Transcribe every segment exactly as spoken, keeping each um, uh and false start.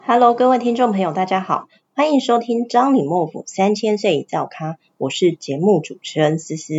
Hello， 各位听众朋友，大家好，欢迎收听张李莫府三千岁造咖，我是节目主持人思思。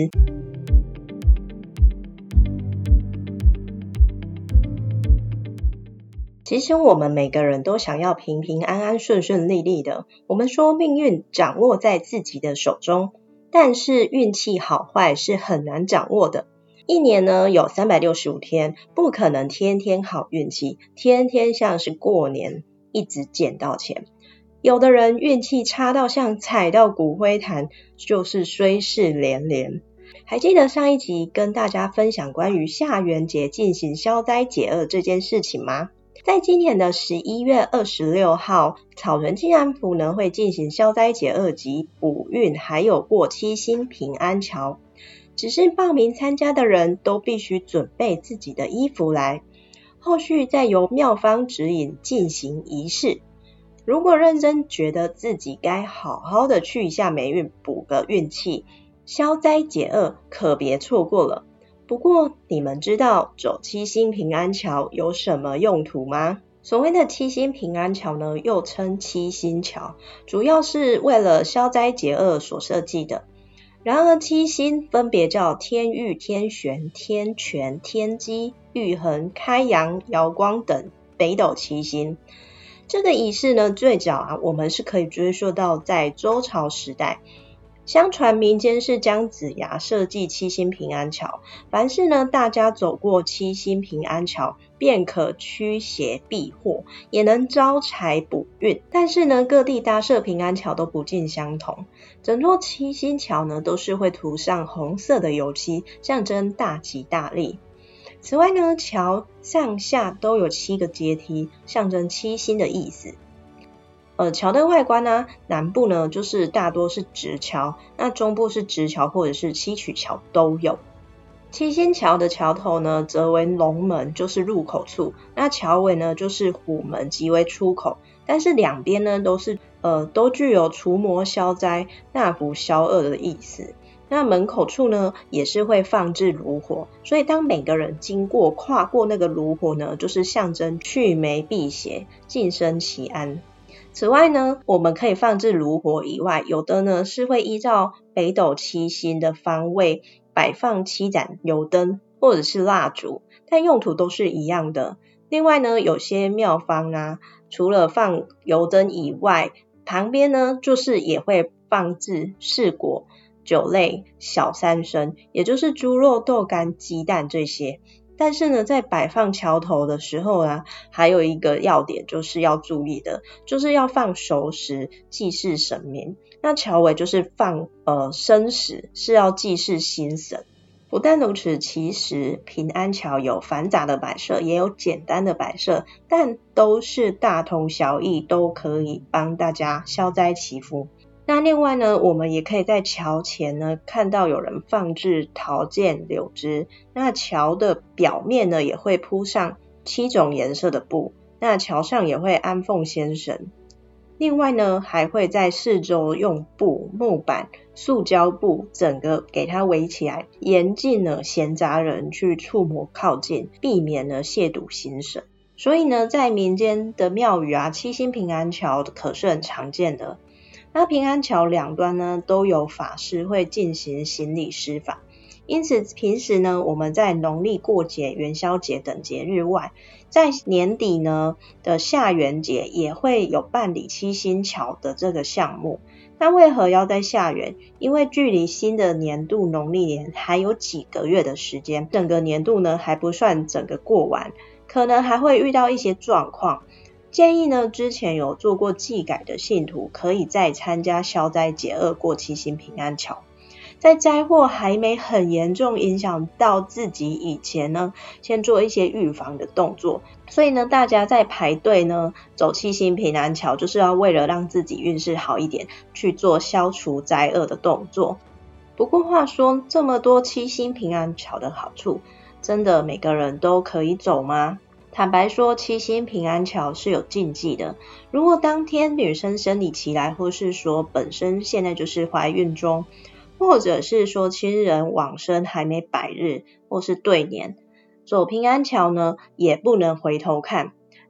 其实我们每个人都想要平平安安、顺顺利利的。我们说命运掌握在自己的手中，但是运气好坏是很难掌握的。一年呢有三百六十五天，不可能天天好运气，天天像是过年一直捡到钱。有的人运气差到像踩到骨灰坛，就是衰事连连。还记得上一集跟大家分享关于下元节进行消灾解厄这件事情吗？在今年的十一月二十六号，草屯进安府呢会进行消灾解厄及补运，还有过七星平安桥。只是报名参加的人都必须准备自己的衣服来，后续再由庙方指引进行仪式。如果认真觉得自己该好好的去一下霉运，补个运气，消灾解厄可别错过了。不过你们知道走七星平安桥有什么用途吗？所谓的七星平安桥呢，又称七星桥，主要是为了消灾解厄所设计的。然而七星分别叫天玉、天玄、天权、天机、玉衡、开阳、瑶光等北斗七星。这个仪式呢，最早啊，我们是可以追溯到在周朝时代。相传民间是姜子牙设计七星平安桥，凡是呢大家走过七星平安桥，便可驱邪避祸，也能招财补运。但是呢，各地搭设平安桥都不尽相同。整座七星桥呢，都是会涂上红色的油漆，象征大吉大利。此外呢，桥上下都有七个阶梯，象征七星的意思。呃，桥的外观呢，南部呢就是大多是直桥，那中部是直桥或者是七曲桥都有。七星桥的桥头呢，则为龙门，就是入口处；那桥尾呢，就是虎门，即为出口。但是两边呢，都是呃都具有除魔消灾、纳福消厄的意思。那门口处呢，也是会放置炉火，所以当每个人经过跨过那个炉火呢，就是象征去霉避邪、晋升祈安。此外呢，我们可以放置炉火以外，有的呢是会依照北斗七星的方位摆放七盏油灯或者是蜡烛，但用途都是一样的。另外呢，有些庙方啊，除了放油灯以外，旁边呢就是也会放置柿果、酒类、小三牲，也就是猪肉、豆干、鸡蛋这些。但是呢，在摆放桥头的时候啊，还有一个要点就是要注意的，就是要放熟食祭祀神明。那桥尾就是放呃生食，是要祭祀新神。不但如此，其实平安桥有繁杂的摆设，也有简单的摆设，但都是大同小异，都可以帮大家消灾祈福。那另外呢，我们也可以在桥前呢看到有人放置桃剑、柳枝。那桥的表面呢也会铺上七种颜色的布，那桥上也会安奉先神。另外呢，还会在四周用布、木板、塑胶布整个给它围起来，严禁呢闲杂人去触摸靠近，避免呢亵渎新神。所以呢，在民间的庙宇啊，七星平安桥可是很常见的。那平安桥两端呢，都有法师会进行行礼施法，因此平时呢，我们在农历过节、元宵节等节日外，在年底呢的下元节也会有办理七星桥的这个项目。那为何要在下元？因为距离新的年度农历年还有几个月的时间，整个年度呢还不算整个过完，可能还会遇到一些状况。建议呢，之前有做过祭改的信徒，可以再参加消灾解厄过七星平安桥。在灾祸还没很严重影响到自己以前呢，先做一些预防的动作。所以呢，大家在排队呢走七星平安桥，就是要为了让自己运势好一点，去做消除灾厄的动作。不过话说，这么多七星平安桥的好处，真的每个人都可以走吗？坦白说，七星平安桥是有禁忌的。如果当天女生生理期来，或是说本身现在就是怀孕中，或者是说亲人往生还没百日，或是对年，走平安桥呢，也不能回头看。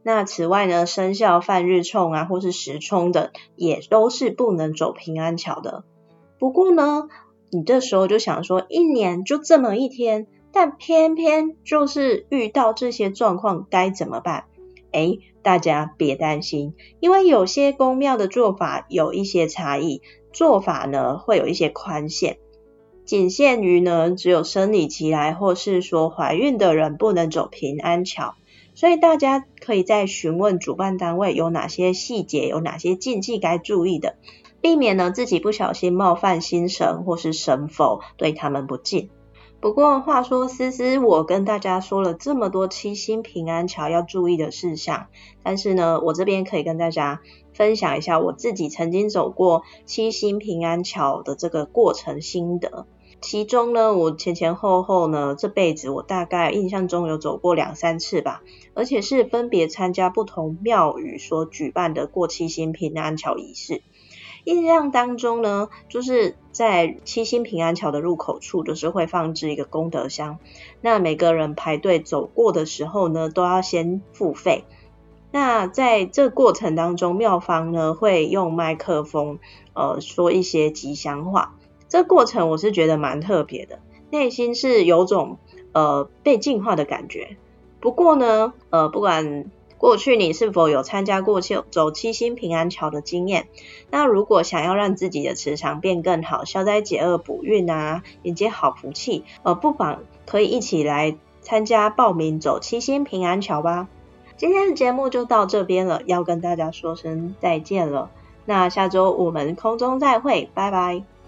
那此外呢，生肖犯日冲啊或是时冲等也都是不能走平安桥的。不过呢，你这时候就想说，一年就这么一天，但偏偏就是遇到这些状况，该怎么办？诶，大家别担心，因为有些宫庙的做法有一些差异，做法呢会有一些宽限，仅限于呢只有生理期来或是说怀孕的人不能走平安桥，所以大家可以再询问主办单位有哪些细节，有哪些禁忌该注意的，避免呢自己不小心冒犯新神或是神佛，对他们不敬。不过话说思思，我跟大家说了这么多七星平安桥要注意的事项，但是呢，我这边可以跟大家分享一下我自己曾经走过七星平安桥的这个过程心得。其中呢，我前前后后呢，这辈子我大概印象中有走过两三次吧，而且是分别参加不同庙宇所举办的过七星平安桥仪式。印象当中呢，就是在七星平安桥的入口处，就是会放置一个功德箱，那每个人排队走过的时候呢，都要先付费。那在这过程当中，庙方呢会用麦克风呃说一些吉祥话，这过程我是觉得蛮特别的，内心是有种呃被净化的感觉。不过呢，呃不管过去你是否有参加过走七星平安桥的经验，那如果想要让自己的磁场变更好，消灾解厄补运啊，迎接好福气，呃，不妨可以一起来参加报名走七星平安桥吧。今天的节目就到这边了，要跟大家说声再见了。那下周我们空中再会，拜拜。